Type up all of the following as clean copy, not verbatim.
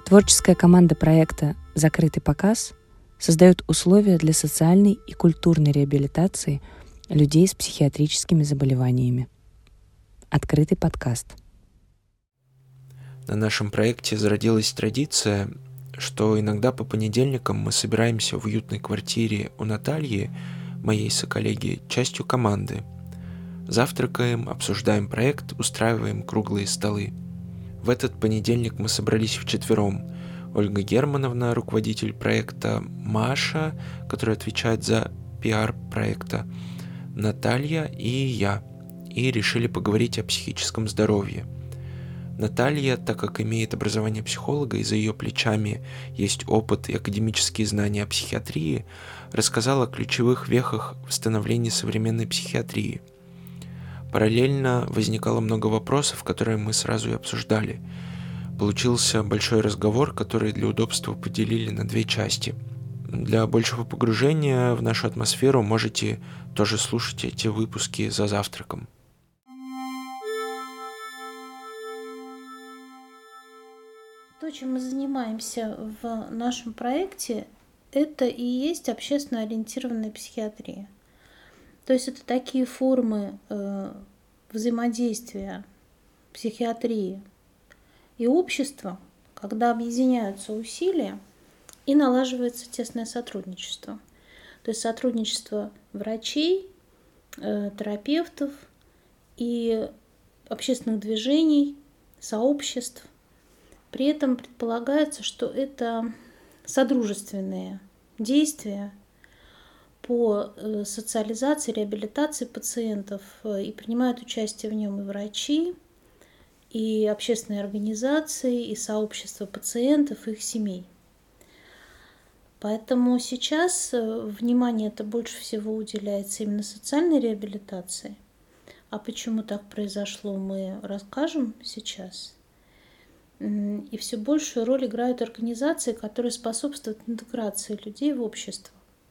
Творческая команда проекта «Закрытый показ» создает условия для социальной и культурной реабилитации людей с психиатрическими заболеваниями. Открытый подкаст. На нашем проекте зародилась традиция, что иногда по понедельникам мы собираемся в уютной квартире у Натальи, моей соколлеги, частью команды. Завтракаем, обсуждаем проект, устраиваем круглые столы. В этот понедельник мы собрались вчетвером. Ольга Германовна, руководитель проекта, Маша, которая отвечает за пиар проекта, Наталья и я. И решили поговорить о психическом здоровье. Наталья, так как имеет образование психолога и за ее плечами есть опыт и академические знания о психиатрии, рассказала о ключевых вехах в становлении современной психиатрии. Параллельно возникало много вопросов, которые мы сразу и обсуждали. Получился большой разговор, который для удобства поделили на две части. Для большего погружения в нашу атмосферу можете тоже слушать эти выпуски за завтраком. То, чем мы занимаемся в нашем проекте, это и есть общественно ориентированная психиатрия. То есть это такие формы взаимодействия психиатрии и общества, когда объединяются усилия и налаживается тесное сотрудничество. То есть сотрудничество врачей, терапевтов и общественных движений, сообществ. При этом предполагается, что это содружественные действия по социализации, реабилитации пациентов, и принимают участие в нем и врачи, и общественные организации, и сообщества пациентов, и их семей. Поэтому сейчас внимание это больше всего уделяется именно социальной реабилитации. А почему так произошло, мы расскажем сейчас. И все большую роль играют организации, которые способствуют интеграции людей в общество.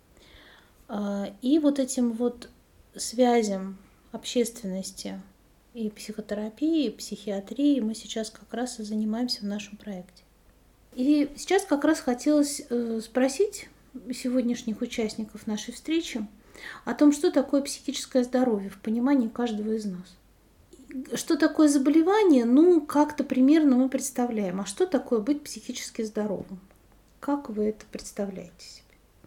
И вот этим вот связям общественности и психотерапии, и психиатрии мы сейчас как раз и занимаемся в нашем проекте. И сейчас как раз хотелось спросить сегодняшних участников нашей встречи о том, что такое психическое здоровье в понимании каждого из нас. Что такое заболевание, как-то примерно мы представляем. А что такое быть психически здоровым? Как вы это представляете себе?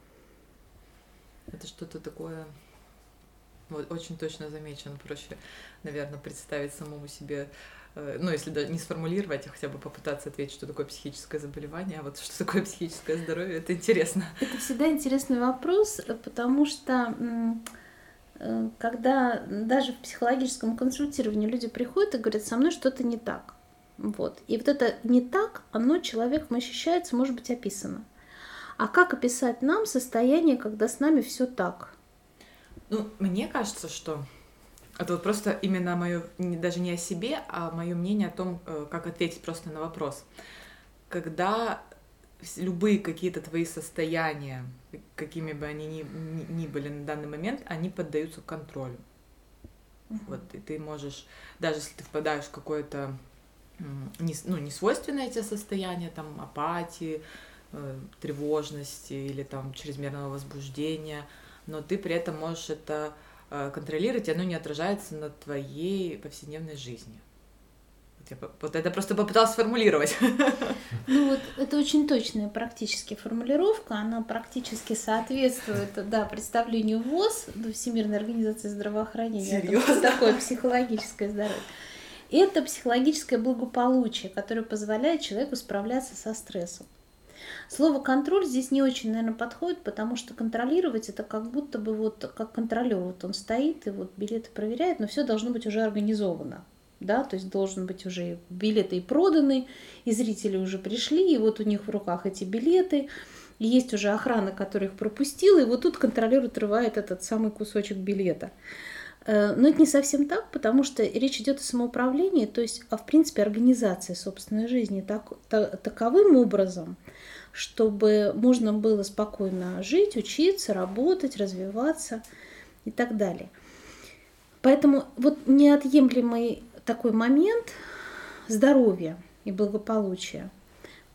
Это что-то такое, вот, очень точно замечено. Проще, наверное, представить самому себе, если даже не сформулировать, а хотя бы попытаться ответить, что такое психическое заболевание, а вот что такое психическое здоровье, это интересно. Это всегда интересный вопрос, потому что когда даже в психологическом консультировании люди приходят и говорят, со мной что-то не так. Вот. И вот это не так, оно человеком ощущается, может быть описано. А как описать нам состояние, когда с нами все так? Мне кажется, что это вот просто именно мое, даже не о себе, а мое мнение о том, как ответить просто на вопрос. Когда любые какие-то твои состояния, какими бы они ни были на данный момент, они поддаются контролю. Вот, и ты можешь, даже если ты впадаешь в какое-то несвойственное тебе состояние, там, апатии, тревожности или там чрезмерного возбуждения, но ты при этом можешь это контролировать, и оно не отражается на твоей повседневной жизни. Вот это просто попыталась сформулировать. Это очень точная практически формулировка, она практически соответствует, представлению ВОЗ, Всемирной организации здравоохранения. Серьезно? Что такое психологическое здоровье? Это психологическое благополучие, которое позволяет человеку справляться со стрессом. Слово «контроль» здесь не очень, наверное, подходит, потому что контролировать это как будто бы как контролер. Вот он стоит и билеты проверяет, но все должно быть уже организовано. Да, то есть должен быть уже билеты и проданы, и зрители уже пришли, и вот у них в руках эти билеты, и есть уже охрана, которая их пропустила, и вот тут контролер отрывает этот самый кусочек билета. Но это не совсем так, потому что речь идет о самоуправлении, то есть в принципе организации собственной жизни таковым образом, чтобы можно было спокойно жить, учиться, работать, развиваться и так далее. Поэтому неотъемлемый такой момент здоровья и благополучия,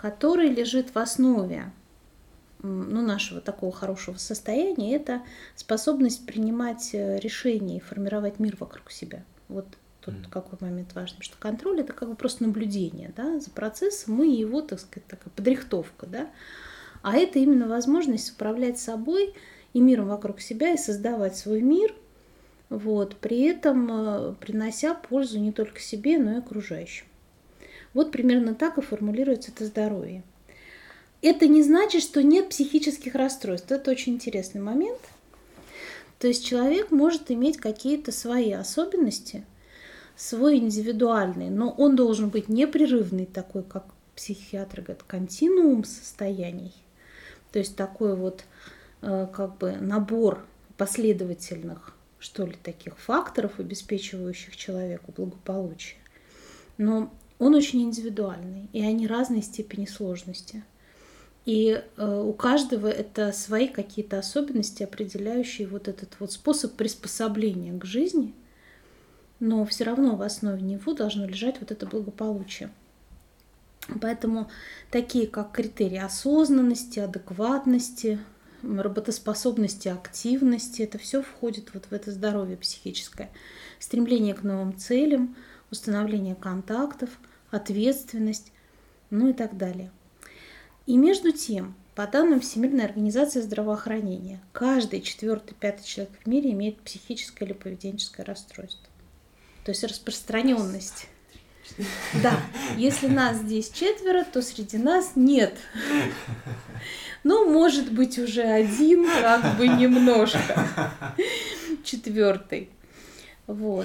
который лежит в основе нашего такого хорошего состояния, это способность принимать решения и формировать мир вокруг себя. Вот тут какой момент важный, что контроль это как бы просто наблюдение, да, за процессом и его, так сказать, такая подрихтовка, да. А это именно возможность управлять собой и миром вокруг себя и создавать свой мир, вот, при этом принося пользу не только себе, но и окружающим. Вот примерно так и формулируется это здоровье. Это не значит, что нет психических расстройств. Это очень интересный момент. То есть человек может иметь какие-то свои особенности, свой индивидуальный, но он должен быть непрерывный, такой, как психиатры говорят, континуум состояний. То есть такой вот как бы набор последовательных, что ли, таких факторов, обеспечивающих человеку благополучие. Но он очень индивидуальный, и они разной степени сложности. И у каждого это свои какие-то особенности, определяющие вот этот вот способ приспособления к жизни, но все равно в основе него должно лежать вот это благополучие. Поэтому такие как критерии осознанности, адекватности, работоспособности, активности, это все входит вот в это здоровье психическое. Стремление к новым целям, установление контактов, ответственность, ну и так далее. И между тем, по данным Всемирной организации здравоохранения, каждый 4-5 человек в мире имеет психическое или поведенческое расстройство. То есть распространенность. Да, если нас здесь 4, то среди нас нет. Ну, может быть, уже 1, как бы немножко. 4. Вот.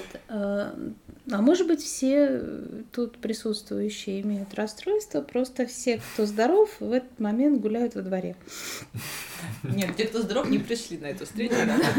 А может быть, все тут присутствующие имеют расстройство, просто все, кто здоров, в этот момент гуляют во дворе. Нет, те, кто здоров, не пришли на эту встречу.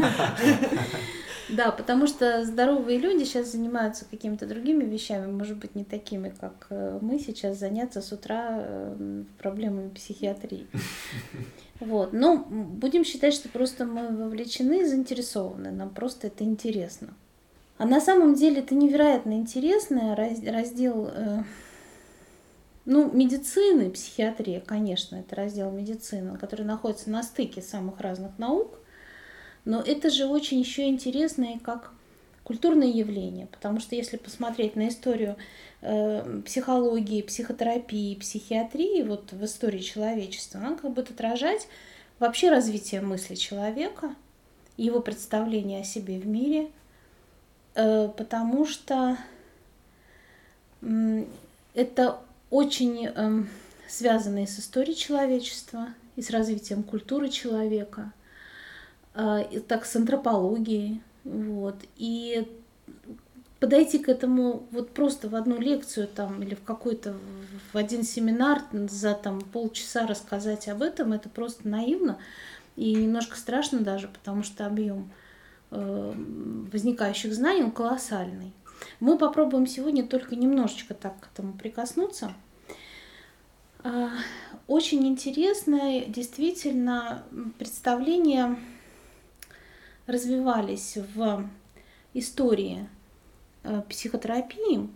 Да, потому что здоровые люди сейчас занимаются какими-то другими вещами, может быть, не такими, как мы сейчас, заняться с утра проблемами психиатрии. Вот. Но будем считать, что просто мы вовлечены и заинтересованы, нам просто это интересно. А на самом деле это невероятно интересный раздел медицины, психиатрия, конечно, это раздел медицины, который находится на стыке самых разных наук, но это же очень еще интересно и как культурное явление, потому что если посмотреть на историю психологии, психотерапии, психиатрии вот в истории человечества, она как будет отражать вообще развитие мысли человека, его представление о себе в мире, потому что это очень связано и с историей человечества, и с развитием культуры человека, и так с антропологией. Вот. И подойти к этому вот просто в одну лекцию там, или в один семинар за полчаса рассказать об этом, это просто наивно и немножко страшно даже, потому что объем возникающих знаний, он колоссальный. Мы попробуем сегодня только немножечко так к этому прикоснуться. Очень интересное действительно представления развивались в истории психотерапии.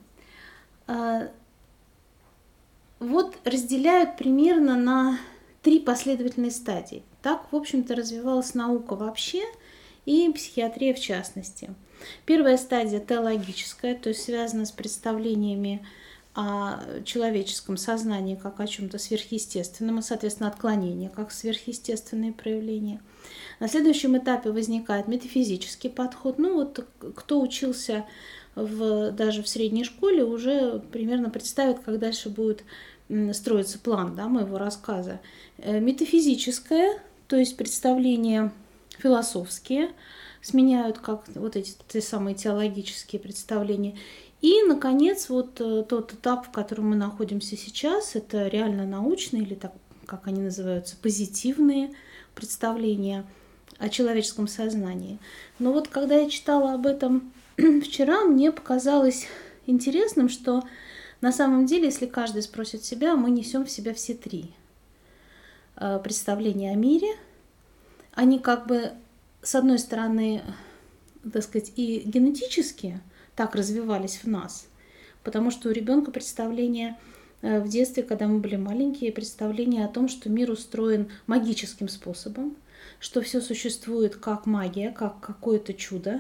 Вот разделяют примерно на 3 последовательные стадии. Так, в общем-то, развивалась наука вообще и психиатрия в частности. Первая стадия теологическая, то есть связана с представлениями о человеческом сознании как о чем-то сверхъестественном, и, соответственно, отклонения как сверхъестественные проявления. На следующем этапе возникает метафизический подход. Кто учился даже в средней школе, уже примерно представит, как дальше будет строиться план моего рассказа. Метафизическое, то есть представления философские, сменяют как вот эти те самые теологические представления. И, наконец, вот тот этап, в котором мы находимся сейчас, это реально научные, или так, как они называются, позитивные представления о человеческом сознании. Но вот когда я читала об этом вчера, мне показалось интересным, что на самом деле, если каждый спросит себя, мы несем в себя все 3 представления о мире. Они как бы, с одной стороны, так сказать, и генетически так развивались в нас, потому что у ребенка представление в детстве, когда мы были маленькие, представление о том, что мир устроен магическим способом, что все существует как магия, как какое-то чудо.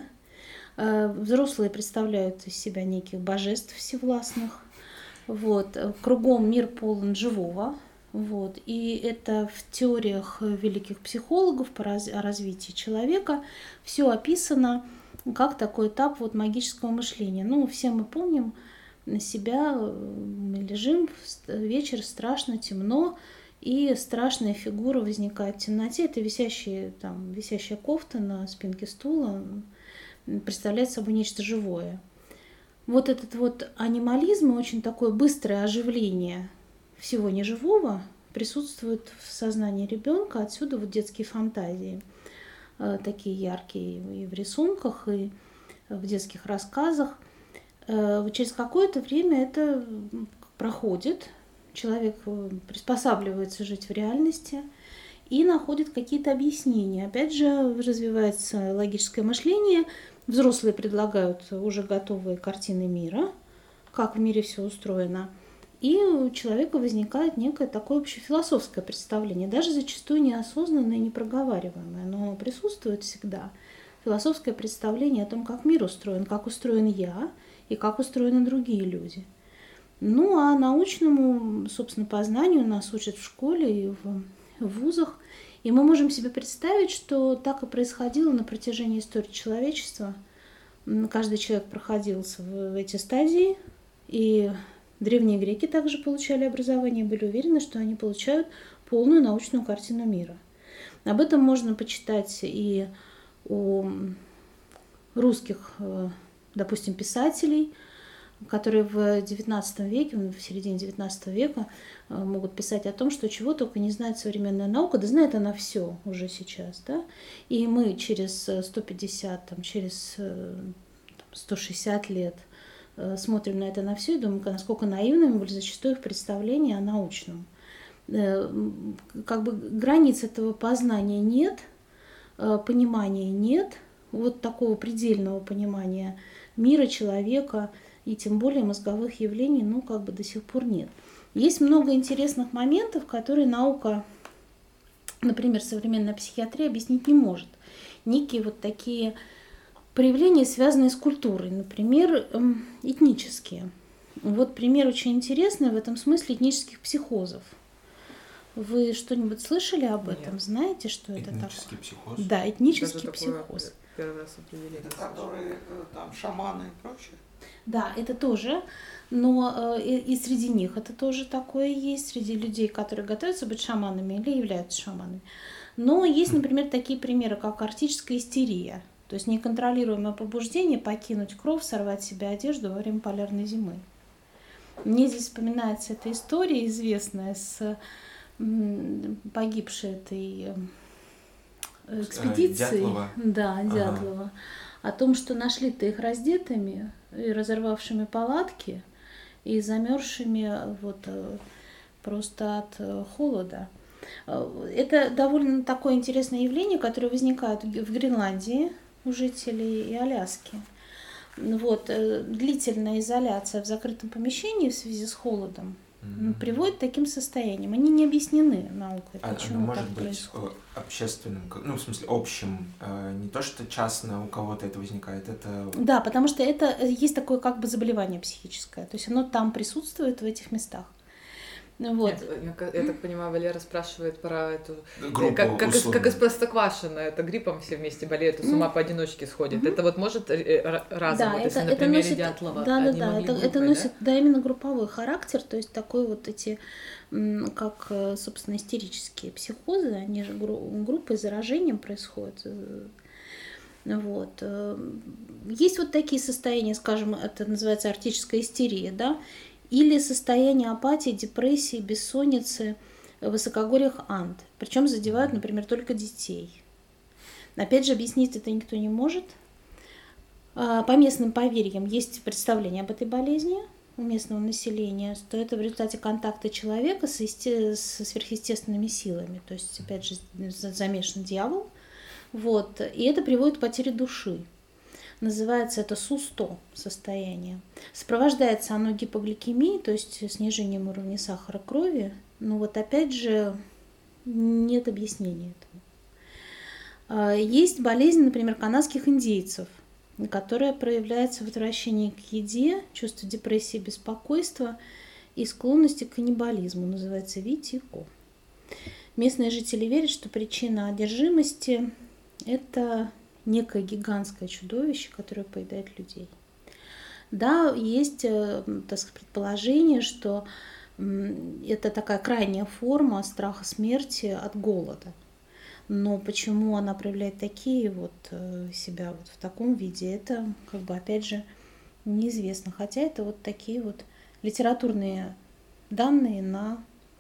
Взрослые представляют из себя неких божеств всевластных. Вот. Кругом мир полон живого. Вот. И это в теориях великих психологов о развитии человека все описано как такой этап вот магического мышления. Ну, все мы помним себя, мы лежим, вечер, страшно, темно, и страшная фигура возникает в темноте. Это висящая кофта на спинке стула представляет собой нечто живое. Вот этот вот анимализм и очень такое быстрое оживление всего неживого присутствует в сознании ребенка. Отсюда вот детские фантазии, такие яркие и в рисунках, и в детских рассказах. Через какое-то время это проходит, человек приспосабливается жить в реальности и находит какие-то объяснения. Опять же, развивается логическое мышление, взрослые предлагают уже готовые картины мира, как в мире все устроено, и у человека возникает некое такое общефилософское представление, даже зачастую неосознанное и непроговариваемое, но присутствует всегда философское представление о том, как мир устроен, как устроен я и как устроены другие люди. Ну, а научному, собственно, познанию нас учат в школе и в вузах. И мы можем себе представить, что так и происходило на протяжении истории человечества. Каждый человек проходил в эти стадии, и древние греки также получали образование, были уверены, что они получают полную научную картину мира. Об этом можно почитать и у русских, допустим, писателей, которые в XIX веке, в середине XIX века могут писать о том, что чего только не знает современная наука, да знает она все уже сейчас, да, и мы через 150, через 160 лет смотрим на это на все и думаем, насколько наивными были зачастую их представления о научном. Как бы границ этого познания нет, понимания нет, вот такого предельного понимания мира, человека и тем более мозговых явлений, ну, как бы до сих пор нет. Есть много интересных моментов, которые наука, например, современная психиатрия, объяснить не может. Некие вот такие проявления, связанные с культурой, например, этнические. Вот пример очень интересный в этом смысле этнических психозов. Вы что-нибудь слышали об этом? Нет. Знаете, что это такое? Этнический психоз? Да, этнический психоз. Первый раз определили. Это которые там шаманы и прочее. Да, это тоже, но и среди них это тоже такое есть, среди людей, которые готовятся быть шаманами или являются шаманами. Но есть, например, такие примеры, как арктическая истерия, то есть неконтролируемое побуждение покинуть кров, сорвать себе одежду во время полярной зимы. Мне здесь вспоминается эта история известная с погибшей этой экспедиции. Дятлова. Да, Дятлова. О том, что нашли-то их раздетыми и разорвавшими палатки, и замерзшими вот просто от холода. Это довольно такое интересное явление, которое возникает в Гренландии у жителей и Аляски. Вот, длительная изоляция в закрытом помещении в связи с холодом приводит к таким состояниям. Они не объяснены наукой, почему оно может так быть происходит. общественным, ну, в смысле, общим, не то, что частно у кого-то это возникает, это... Да, потому что это есть такое как бы заболевание психическое, то есть оно там присутствует в этих местах. Вот. Нет, я так понимаю, Валера спрашивает про эту группу, как из Простоквашино, это гриппом все вместе болеют, и с ума поодиночке сходят. Это вот может разом, Да, вот, это, если на это примере носит, Дятлова да, они да, могли это группой, носит, да, именно групповой характер, то есть такой вот эти, как, собственно, истерические психозы, они же группой заражением происходят. Вот. Есть вот такие состояния, скажем, это называется арктическая истерия, да, или состояние апатии, депрессии, бессонницы в высокогорьях Анд. Причем задевают, например, только детей. Опять же, объяснить это никто не может. По местным поверьям есть представление об этой болезни у местного населения, что это в результате контакта человека со сверхъестественными силами. То есть, опять же, замешан дьявол. Вот. И это приводит к потере души. Называется это СУ-100 состояние. Сопровождается оно гипогликемией, то есть снижением уровня сахара крови. Но вот опять же нет объяснения этому. Есть болезнь, например, канадских индейцев, которая проявляется в отвращении к еде, чувстве депрессии, беспокойства и склонности к каннибализму. Называется витико. Местные жители верят, что причина одержимости – это некое гигантское чудовище, которое поедает людей. Да, есть, так сказать, предположение, что это такая крайняя форма страха смерти от голода. Но почему она проявляет такие вот себя вот в таком виде, это как бы опять же неизвестно. Хотя это вот такие вот литературные данные на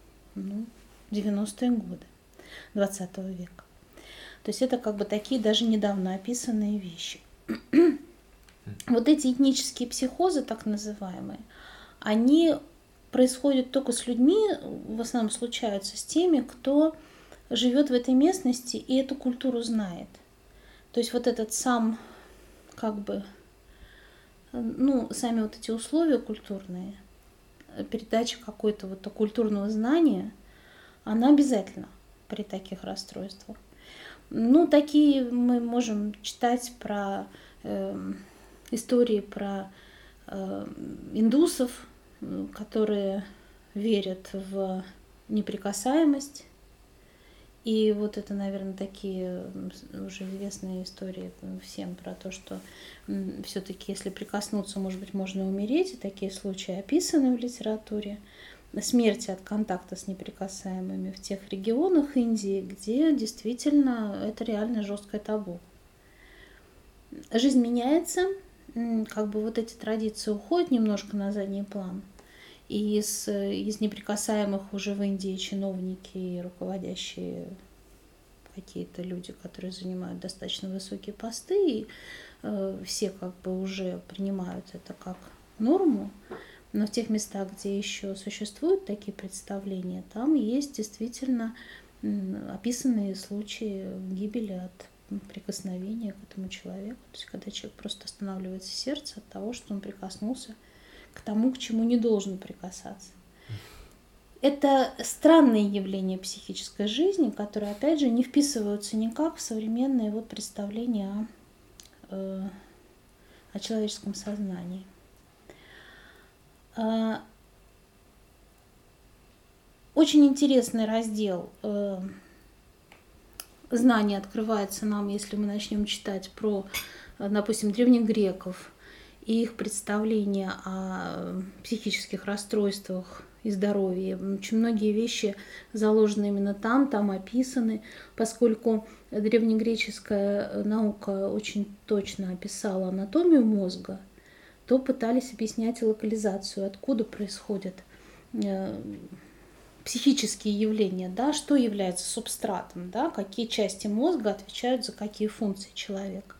90-е годы 20 века. То есть это как бы такие даже недавно описанные вещи. Вот эти этнические психозы, так называемые, они происходят только с людьми, в основном случаются с теми, кто живет в этой местности и эту культуру знает. То есть вот этот сам, как бы, сами вот эти условия культурные, передача какой-то вот культурного знания, она обязательна при таких расстройствах. Такие мы можем читать про истории про индусов, которые верят в неприкасаемость. И вот это, наверное, такие уже известные истории всем про то, что все-таки, если прикоснуться, может быть, можно умереть. И такие случаи описаны в литературе. Смерти от контакта с неприкасаемыми в тех регионах Индии, где действительно это реально жесткое табу. Жизнь меняется, как бы вот эти традиции уходят немножко на задний план. И из неприкасаемых уже в Индии чиновники и руководящие какие-то люди, которые занимают достаточно высокие посты, и все как бы уже принимают это как норму. Но в тех местах, где еще существуют такие представления, там есть действительно описанные случаи гибели от прикосновения к этому человеку. То есть когда человек просто останавливается сердце от того, что он прикоснулся к тому, к чему не должен прикасаться. Это странные явления психической жизни, которые, опять же, не вписываются никак в современные вот представления о человеческом сознании. Очень интересный раздел знаний открывается нам, если мы начнем читать про, допустим, древних греков и их представления о психических расстройствах и здоровье. Очень многие вещи заложены именно там описаны, поскольку древнегреческая наука очень точно описала анатомию мозга, то пытались объяснять локализацию, откуда происходят психические явления, да, что является субстратом, да, какие части мозга отвечают за какие функции человека.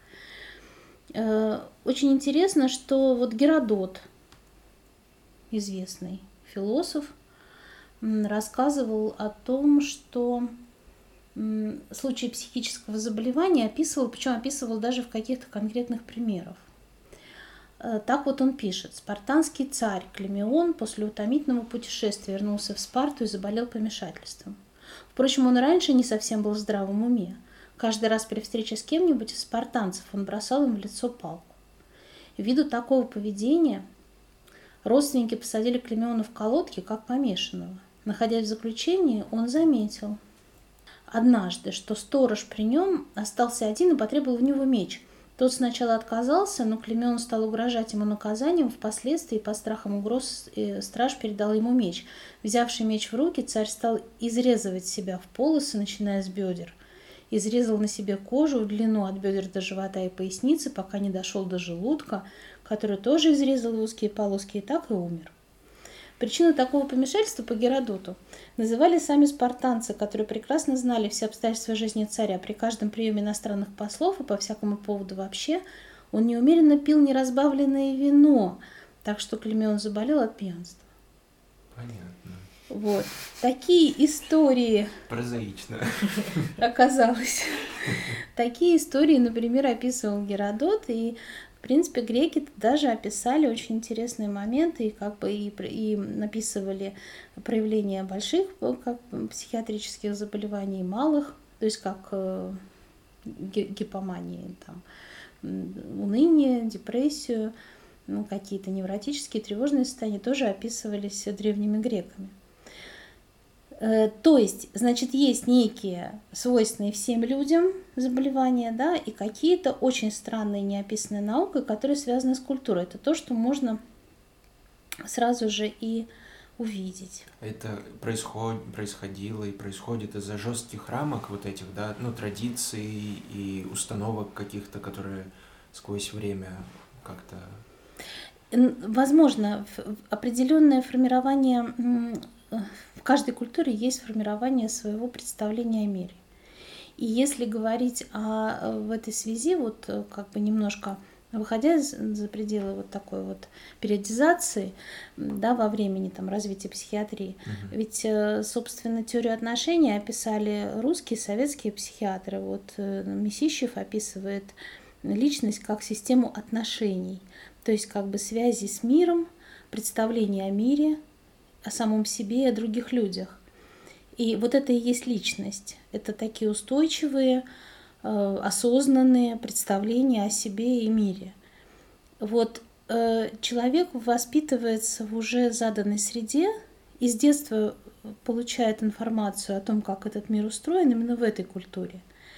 Очень интересно, что вот Геродот, известный философ, рассказывал о том, что случаи психического заболевания описывал, причем описывал даже в каких-то конкретных примерах. Так вот он пишет: спартанский царь Климион после утомительного путешествия вернулся в Спарту и заболел помешательством. Впрочем, он раньше не совсем был в здравом уме. Каждый раз при встрече с кем-нибудь из спартанцев он бросал им в лицо палку. Ввиду такого поведения родственники посадили Климиона в колодки, как помешанного. Находясь в заключении, он заметил однажды, что сторож при нем остался один и потребовал в него меч. Тот сначала отказался, но Климион стал угрожать ему наказанием. Впоследствии, под страхом угроз, страж передал ему меч. Взявший меч в руки, царь стал изрезывать себя в полосы, начиная с бедер. Изрезал на себе кожу в длину от бедер до живота и поясницы, пока не дошел до желудка, который тоже изрезал в узкие полоски, и так и умер. Причину такого помешательства по Геродоту называли сами спартанцы, которые прекрасно знали все обстоятельства жизни царя. При каждом приеме иностранных послов и по всякому поводу вообще он неумеренно пил неразбавленное вино, так что Климион заболел от пьянства. Понятно. Вот. Такие истории... Прозаично. Оказалось. Такие истории, например, описывал Геродот, и принципе, греки даже описали очень интересные моменты и как бы и написывали проявления больших как психиатрических заболеваний, малых, то есть как гипомании, там, уныние, депрессию, какие-то невротические, тревожные состояния тоже описывались древними греками. То есть, значит, есть некие свойственные всем людям заболевания, да, и какие-то очень странные, неописанные наукой, которые связаны с культурой. Это то, что можно сразу же и увидеть. Это происходило и происходит из-за жестких рамок вот этих, да, ну, традиций и установок каких-то, которые сквозь время как-то... Возможно, определенное формирование, в каждой культуре есть формирование своего представления о мире. И если говорить в этой связи, вот как бы немножко выходя за пределы вот такой вот периодизации, да, во времени там, развития психиатрии, ведь, собственно, теорию отношений описали русские, советские психиатры. Вот Месищев описывает личность как систему отношений, то есть как бы связи с миром, представление о мире, о самом себе и о других людях. И вот это и есть личность. Это такие устойчивые, осознанные представления о себе и мире. Вот человек воспитывается в уже заданной среде и с детства получает информацию о том, как этот мир устроен именно в этой культуре.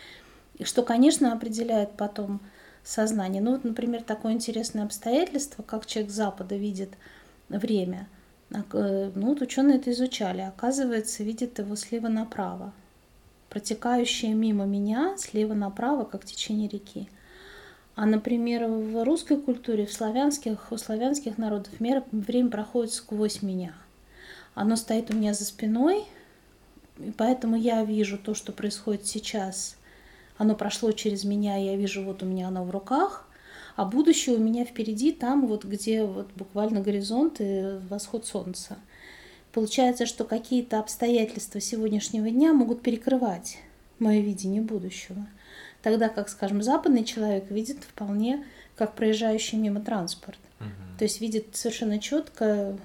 И что, конечно, определяет потом сознание. Ну вот, например, такое интересное обстоятельство, как человек с Запада видит время. Ну вот ученые это изучали. Оказывается, видит его слева направо. Протекающее мимо меня слева направо, как течение реки. А, например, в русской культуре, у славянских народов время проходит сквозь меня. Оно стоит у меня за спиной, и поэтому я вижу то, что происходит сейчас. Оно прошло через меня, я вижу, вот у меня оно в руках, а будущее у меня впереди, там вот где вот буквально горизонт и восход солнца. Получается, что какие-то обстоятельства сегодняшнего дня могут перекрывать мое видение будущего. Тогда как, скажем, западный человек видит вполне как проезжающий мимо транспорт. То есть видит совершенно четко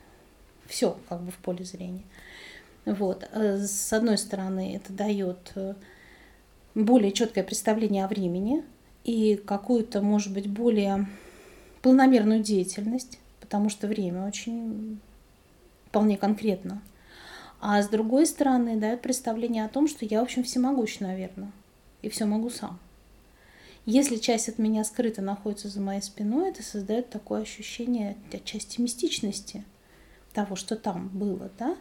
все как бы в поле зрения. Вот. С одной стороны, это дает более четкое представление о времени и какую-то, может быть, более планомерную деятельность, потому что время очень вполне конкретно. А с другой стороны, дает представление о том, что я, в общем, всемогущ, наверное, и все могу сам. Если часть от меня скрыта находится за моей спиной, это создает такое ощущение отчасти мистичности того, что там было, да?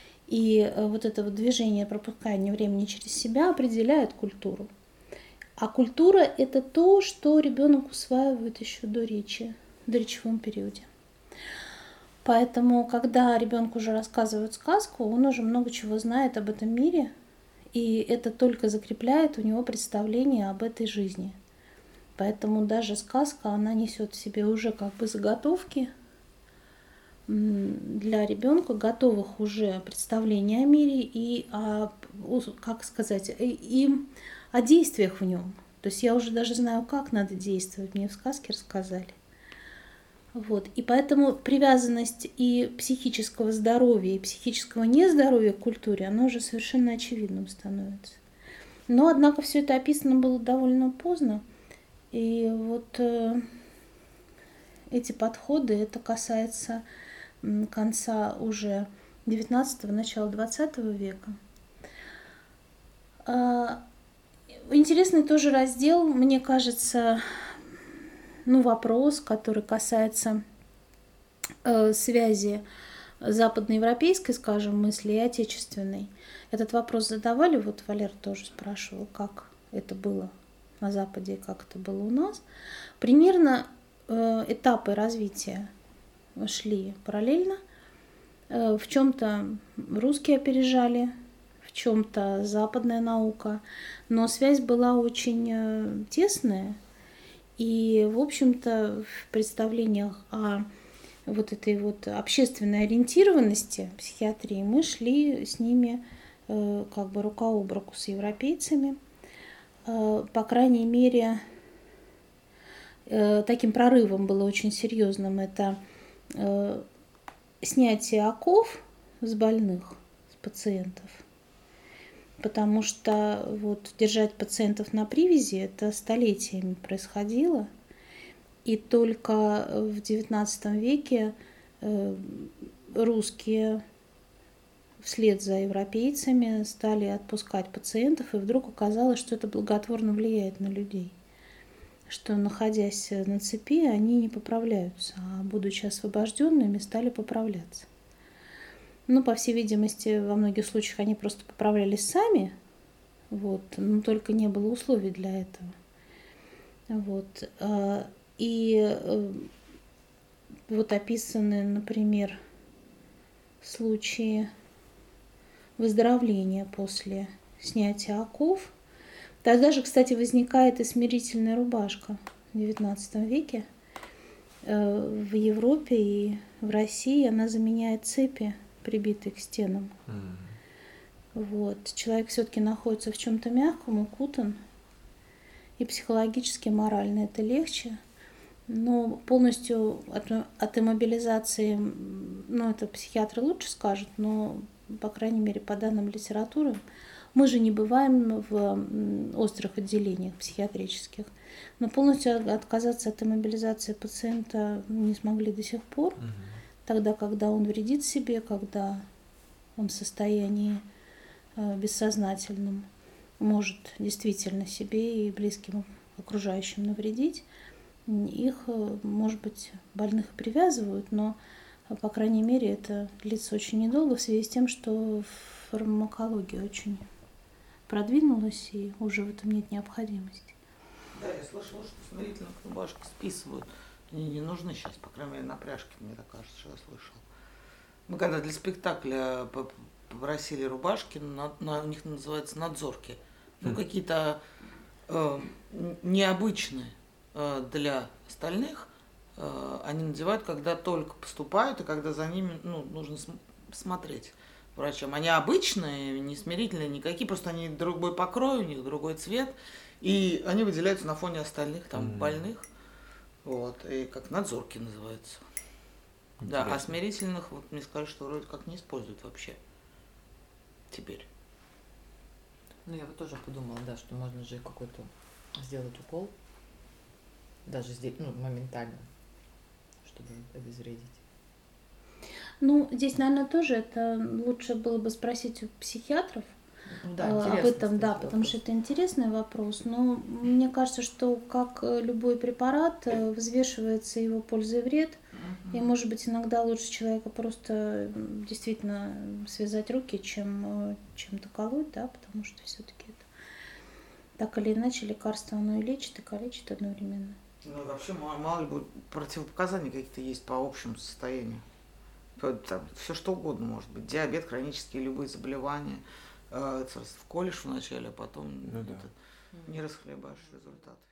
И вот это вот движение пропускания времени через себя определяет культуру. А культура – это то, что ребенок усваивает еще до речи, в речевом периоде. Поэтому, когда ребенку уже рассказывают сказку, он уже много чего знает об этом мире, и это только закрепляет у него представление об этой жизни. Поэтому даже сказка, она несет в себе уже как бы заготовки для ребенка, готовых уже представлений о мире и о действиях в нем. То есть я уже даже знаю, как надо действовать, мне в сказке рассказали. Вот. И поэтому привязанность и психического здоровья, и психического нездоровья к культуре, она уже совершенно очевидным становится. Но, однако, все это описано было довольно поздно. И вот эти подходы, это касается конца уже 19-го, начала 20 века. Интересный тоже раздел, мне кажется, вопрос, который касается связи западноевропейской, скажем, мысли и отечественной. Этот вопрос задавали, вот Валера тоже спрашивал, как это было на Западе и как это было у нас. Примерно этапы развития шли параллельно. В чем-то русские опережали, в чем-то западная наука, но связь была очень тесная. И, в общем-то, в представлениях о вот этой вот общественной ориентированности психиатрии мы шли с ними как бы рука об руку с европейцами. По крайней мере, таким прорывом было очень серьезным, это снятие оков с больных, с пациентов. Потому что вот держать пациентов на привязи это столетиями происходило. И только в XIX веке русские вслед за европейцами стали отпускать пациентов, и вдруг оказалось, что это благотворно влияет на людей. Что, находясь на цепи, они не поправляются, а будучи освобожденными, стали поправляться. Ну, по всей видимости, во многих случаях они просто поправлялись сами, вот, но только не было условий для этого. Вот. И вот описаны, например, случаи выздоровления после снятия оков. Тогда же, кстати, возникает и смирительная рубашка в XIX веке. В Европе и в России она заменяет цепи, прибитые к стенам. Вот. Человек все-таки находится в чем-то мягком, укутан. И психологически, морально это легче. Но полностью от иммобилизации, ну, это психиатры лучше скажут, но, по крайней мере, по данным литературы, мы же не бываем в острых отделениях психиатрических. Но полностью отказаться от иммобилизации пациента не смогли до сих пор. Тогда, когда он вредит себе, когда он в состоянии бессознательном может действительно себе и близким окружающим навредить, их, может быть, больных привязывают, но, по крайней мере, это длится очень недолго в связи с тем, что фармакология очень продвинулась, и уже в этом нет необходимости. Да, я слышала, что смирительных рубашек списывают. Они не нужны сейчас, по крайней мере, на пряжке, мне так кажется, что я слышал. Мы когда для спектакля попросили рубашки, у них называется надзорки. Ну, какие-то необычные для остальных. Они надевают, когда только поступают, и когда за ними нужно смотреть врачам. Они обычные, не смирительные никакие, просто они другой покрой, у них другой цвет, и они выделяются на фоне остальных там больных. Вот, и как надзорки называются. Интересно. Да, а смирительных, вот мне сказали, что вроде как не используют вообще теперь. Ну, я вот тоже подумала, да, что можно же какой-то сделать укол, даже здесь, моментально, чтобы обезвредить. Ну, здесь, наверное, тоже это лучше было бы спросить у психиатров об этом, да, потому что это интересный вопрос. Но мне кажется, что как любой препарат, взвешивается его польза и вред. И, может быть, иногда лучше человека просто действительно связать руки, чем чем-то колоть, да, потому что все-таки это так или иначе лекарство оно и лечит, и калечит одновременно. Ну, вообще, мало ли будет противопоказания какие-то есть по общему состоянию. Там, все что угодно может быть. Диабет, хронические любые заболевания. Вколешь вначале, а потом не расхлебаешь результат.